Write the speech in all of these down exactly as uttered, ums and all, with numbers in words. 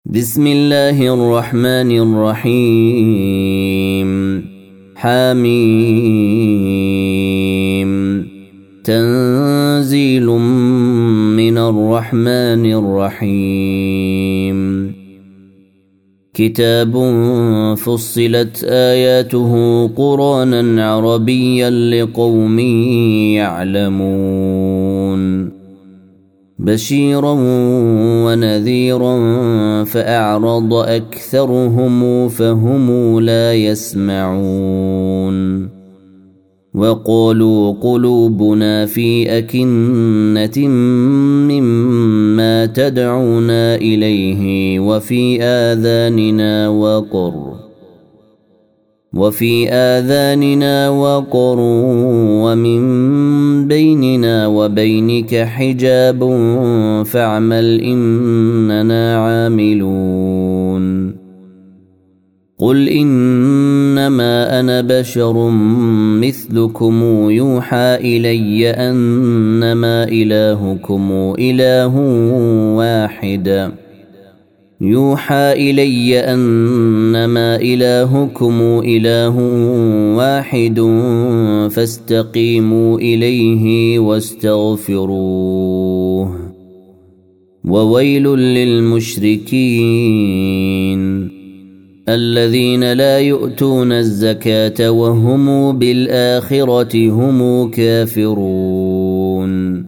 بسم الله الرحمن الرحيم حميم تنزيل من الرحمن الرحيم كتاب فصلت آياته قرآنا عربيا لقوم يعلمون بشيرا ونذيرا فأعرض أكثرهم فهم لا يسمعون وقالوا قلوبنا في أكنة مما تدعونا إليه وفي آذاننا وقر وفي آذاننا وقر ومن بيننا وبينك حجاب فاعمل إننا عاملون قل إنما أنا بشر مثلكم يوحى إلي أنما إلهكم إله واحد يوحى إلي أنما إلهكم إله واحد فاستقيموا إليه واستغفروه وويل للمشركين الذين لا يؤتون الزكاة وهم بالآخرة هم كافرون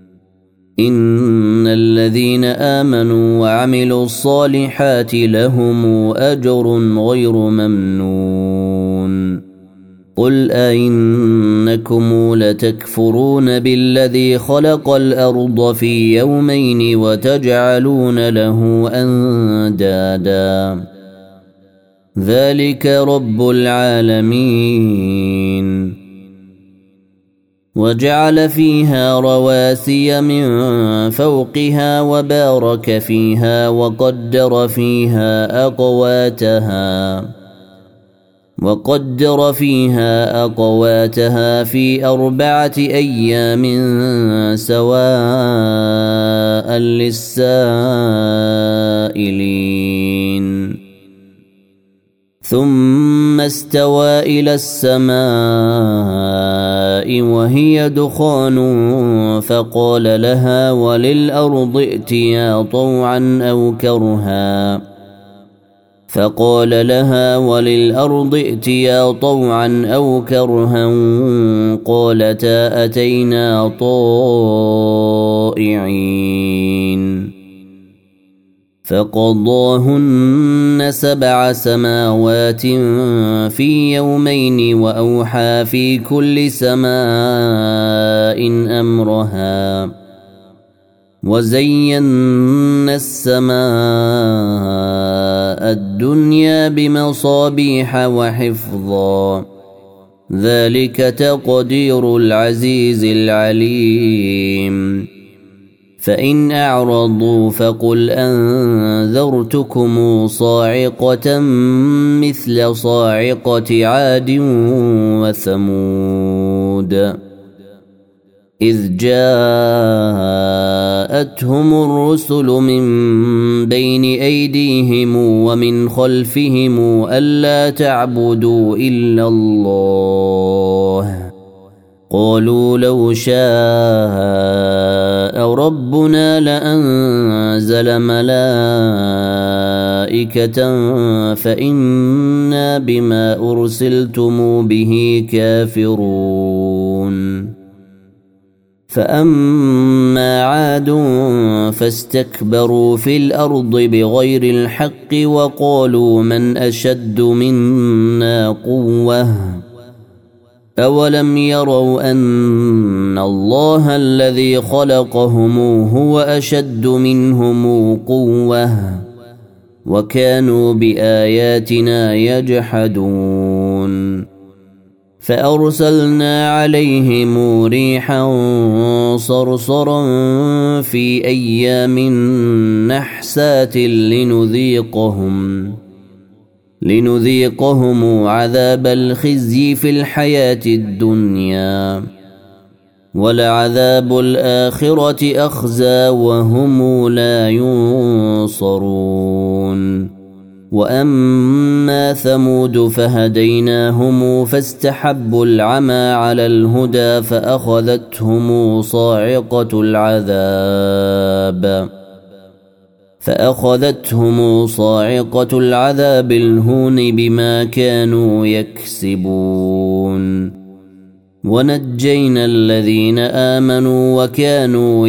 إن الذين آمنوا وعملوا الصالحات لهم أجر غير ممنون قل أئنكم لتكفرون بالذي خلق الأرض في يومين وتجعلون له أندادا ذلك رب العالمين وجعل فيها رواسي من فوقها وبارك فيها وقدر فيها أقواتها وقدر فيها أقواتها في أربعة أيام سواء للسائلين ثم استوى إلى السماء وهي دخان فقال لها وللأرض ائتيا طوعا أو كرها فقال لها وللأرض ائتيا طوعا أو كرها قالتا أتينا طائعين فقضاهن سبع سماوات في يومين وأوحى في كل سماء أمرها وزينا السماء الدنيا بمصابيح وحفظا ذلك تقدير العزيز العليم فإن أعرضوا فقل أنذرتكم صاعقة مثل صاعقة عاد وثمود إذ جاءتهم الرسل من بين أيديهم ومن خلفهم ألا تعبدوا إلا الله قالوا لو شاء ربنا لأنزل ملائكة فإنا بما أرسلتم به كافرون فأما عاد فاستكبروا في الأرض بغير الحق وقالوا من أشد منا قوة أولم يروا أن الله الذي خلقهم هو أشد منهم قوة وكانوا بآياتنا يجحدون فأرسلنا عليهم ريحا صرصرا في أيام نحسات لنذيقهم لنذيقهم عذاب الخزي في الحياة الدنيا ولعذاب الآخرة أخزى وهم لا ينصرون. وأما ثمود فهديناهم فاستحبوا العمى على الهدى فأخذتهم صاعقة العذاب فأخذتهم صاعقة العذاب الهون بما كانوا يكسبون ونجينا الذين آمنوا وكانوا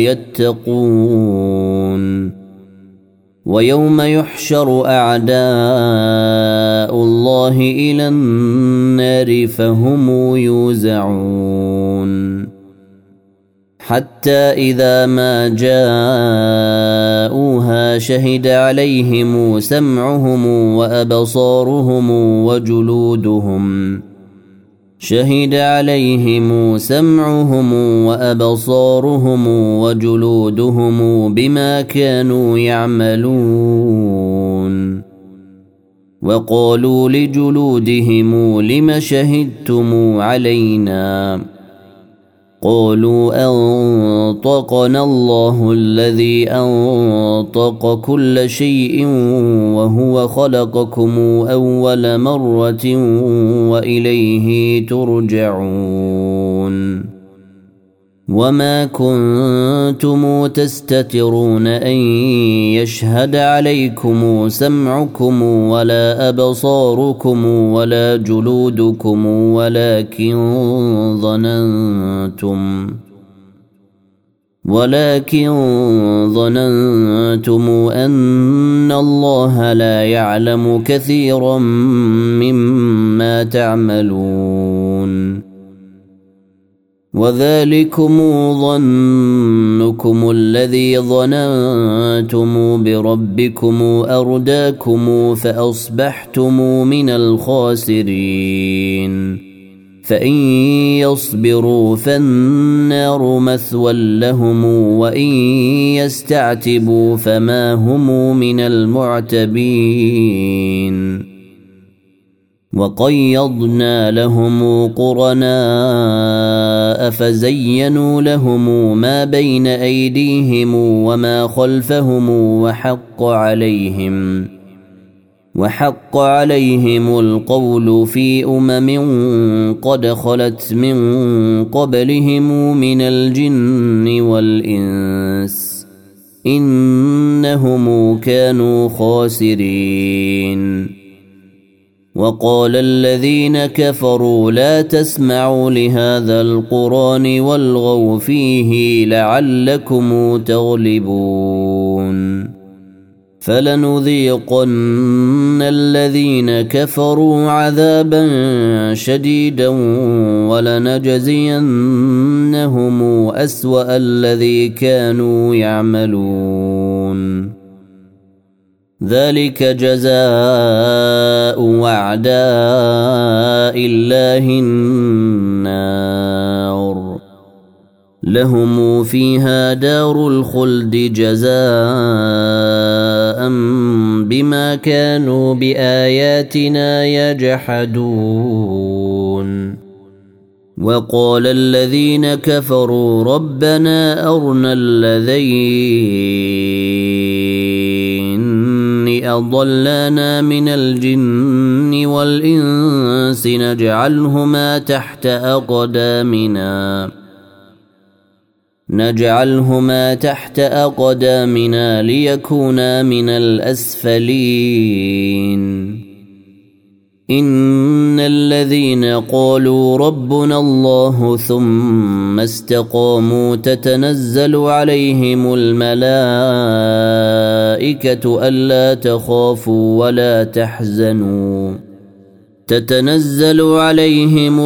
يتقون ويوم يحشر أعداء الله إلى النار فهم يوزعون حتى إذا ما جاءوها شهد عليهم سمعهم وأبصارهم وجلودهم شهد عليهم سمعهم وأبصارهم وجلودهم بما كانوا يعملون وقالوا لجلودهم لم شهدتم علينا قالوا أنطقنا الله الذي أنطق كل شيء وهو خلقكم أول مرة وإليه ترجعون وما كنتم تستترون أن يشهد عليكم سمعكم ولا أبصاركم ولا جلودكم ولكن ظننتم ولكن ظننتم أن الله لا يعلم كثيرا مما تعملون وذلكم ظنكم الذي ظننتم بربكم أرداكم فأصبحتم من الخاسرين فإن يصبروا فالنار مثوى لهم وإن يستعتبوا فما هم من المعتبين وقيضنا لهم قرناء فزينوا لهم ما بين أيديهم وما خلفهم وحق عليهم وحق عليهم القول في أمم قد خلت من قبلهم من الجن والإنس إنهم كانوا خاسرين وقال الذين كفروا لا تسمعوا لهذا القرآن والغوا فيه لعلكم تغلبون فلنذيقن الذين كفروا عذابا شديدا ولنجزينهم أسوأ الذي كانوا يعملون ذلك جزاء أعداء الله النار لهم فيها دار الخلد جزاء بما كانوا بآياتنا يجحدون وقال الذين كفروا ربنا أرنا الذين أضلانا من الجن والإنس نجعلهما تحت أقدامنا نجعلهما تحت أقدامنا ليكونا من الأسفلين إن الذين قالوا ربنا الله ثم استقاموا تتنزل عليهم الملائكة ألا تخافوا ولا تحزنوا تتنزل عليهم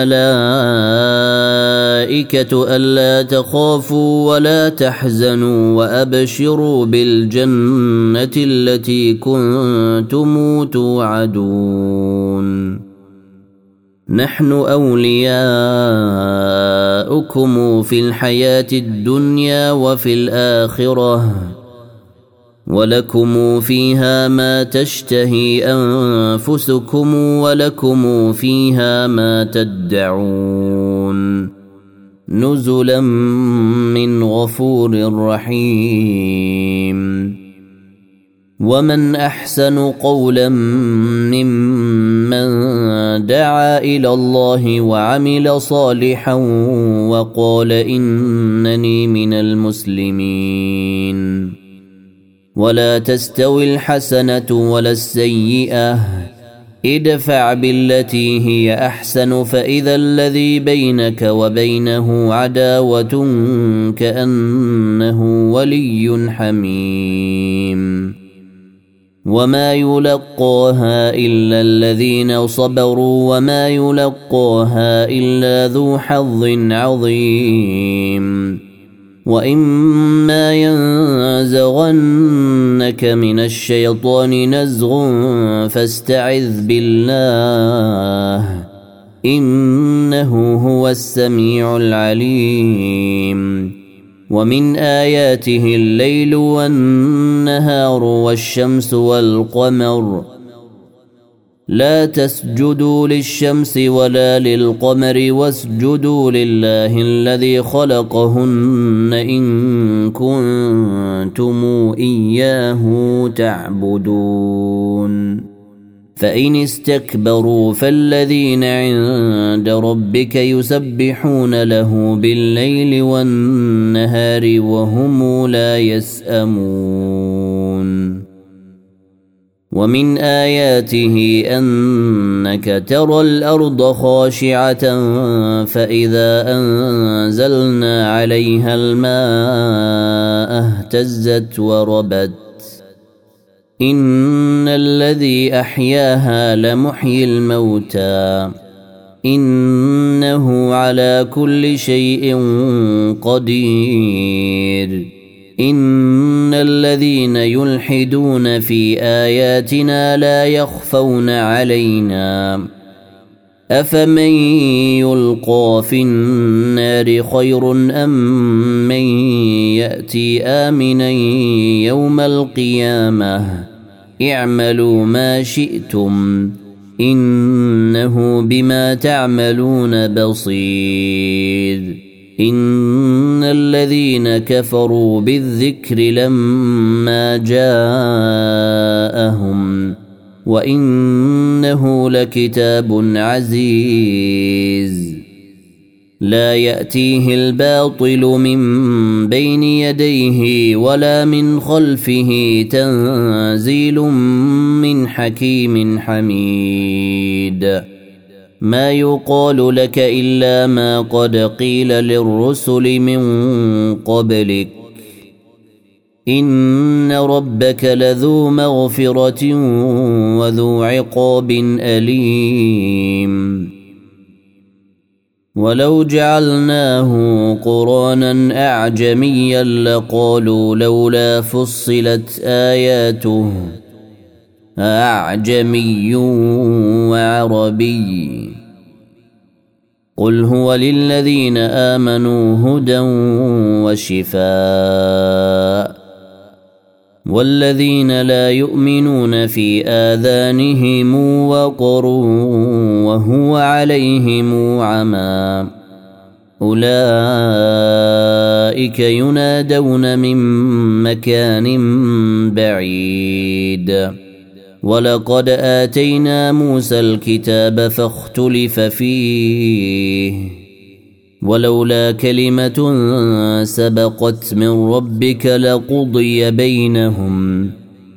الملائكة ألا تخافوا ولا تحزنوا وأبشروا بالجنة التي كنتم توعدون نحن أولياؤكم في الحياة الدنيا وفي الآخرة ولكم فيها ما تشتهي أنفسكم ولكم فيها ما تدعون نزلا من غفور رحيم ومن أحسن قولا ممن دعا إلى الله وعمل صالحا وقال إنني من المسلمين. ولا تستوي الحسنة ولا السيئة، ادفع بالتي هي أحسن فإذا الذي بينك وبينه عداوة كأنه ولي حميم. وما يلقاها إلا الذين صبروا وما يلقاها إلا ذو حظ عظيم. وإما ينزغنك من الشيطان نزغ فاستعذ بالله إنه هو السميع العليم. ومن آياته الليل والنهار والشمس والقمر لا تسجدوا للشمس ولا للقمر واسجدوا لله الذي خلقهن إن كنتم إياه تعبدون. فإن استكبروا فالذين عند ربك يسبحون له بالليل والنهار وهم لا يسأمون. ومن آياته أنك ترى الأرض خاشعة فإذا أنزلنا عليها الماء اهتزت وربت إن الذي أحياها لمحيي الموتى إنه على كل شيء قدير. إن الذين يلحدون في آياتنا لا يخفون علينا أفمن يلقى في النار خير أم من يأتي آمنا يوم القيامة اعملوا ما شئتم إنه بما تعملون بصير. إن الذين كفروا بالذكر لما جاءهم وإنه لكتاب عزيز لا يأتيه الباطل من بين يديه ولا من خلفه تنزيل من حكيم حميد. ما يقال لك إلا ما قد قيل للرسل من قبلك إن ربك لذو مغفرة وذو عقاب أليم. ولو جعلناه قرانا أعجميا لقالوا لولا فصلت آياته أعجمي وعربي قل هو للذين آمنوا هدى وشفاء والذين لا يؤمنون في آذانهم وقر وهو عليهم عمى أولئك ينادون من مكان بعيد. ولقد آتينا موسى الكتاب فاختلف فيه ولولا كلمة سبقت من ربك لقضي بينهم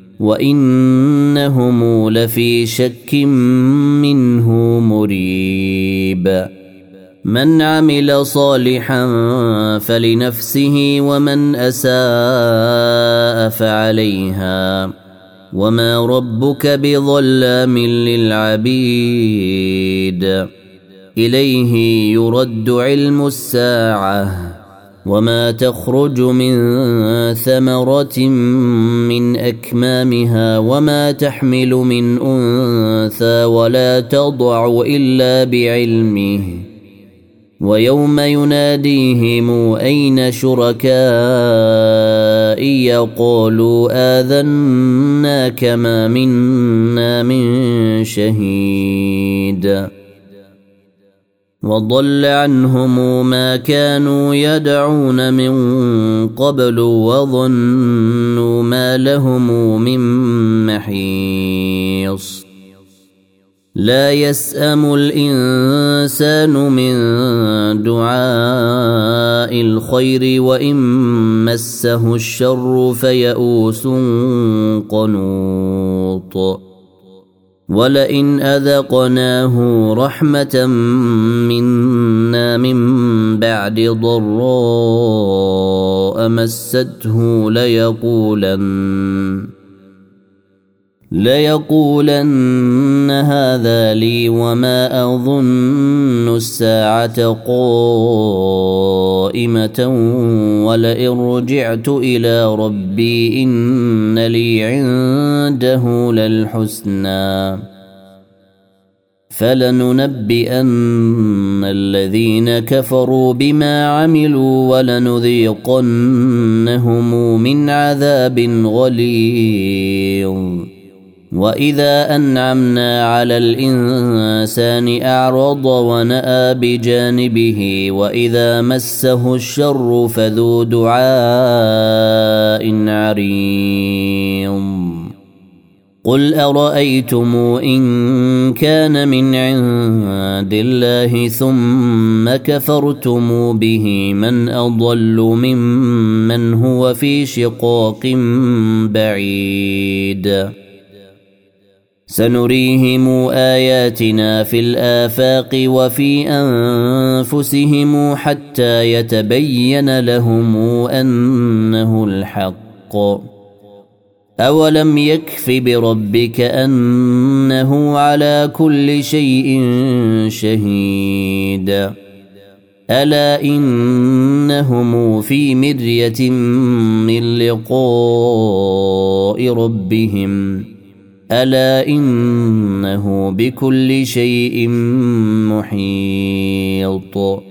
وإنهم لفي شك منه مريب. من عمل صالحا فلنفسه ومن أساء فعليها وما ربك بظلام للعبيد. إليه يرد علم الساعة وما تخرج من ثمرة من أكمامها وما تحمل من أنثى ولا تضع إلا بعلمه ويوم يناديهم أين شركائي قالوا آذناك ما منا من شهيد. وضل عنهم ما كانوا يدعون من قبل وظنوا ما لهم من محيص لا يسأم الإنسان من دعاء الخير وإن مسه الشر فيئوس قنوط ولئن أذقناه رحمة منا من بعد ضراء مسته ليقولن ليقولن هذا لي وما أظن الساعة قائمة ولئن رجعت إلى ربي إن لي عنده للحسنى فلننبئن الذين كفروا بما عملوا ولنذيقنهم من عذاب غليظ وإذا أنعمنا على الإنسان أعرض ونأى بجانبه وإذا مسه الشر فذو دعاء عريض قل أرأيتم إن كان من عند الله ثم كفرتم به من أضل ممن هو في شقاق بعيد سنريهم آياتنا في الآفاق وفي أنفسهم حتى يتبين لهم أنه الحق أولم يكف بربك أنه على كل شيء شهيد ألا إنهم في مرية من لقاء ربهم ألا إنه بكل شيء محيط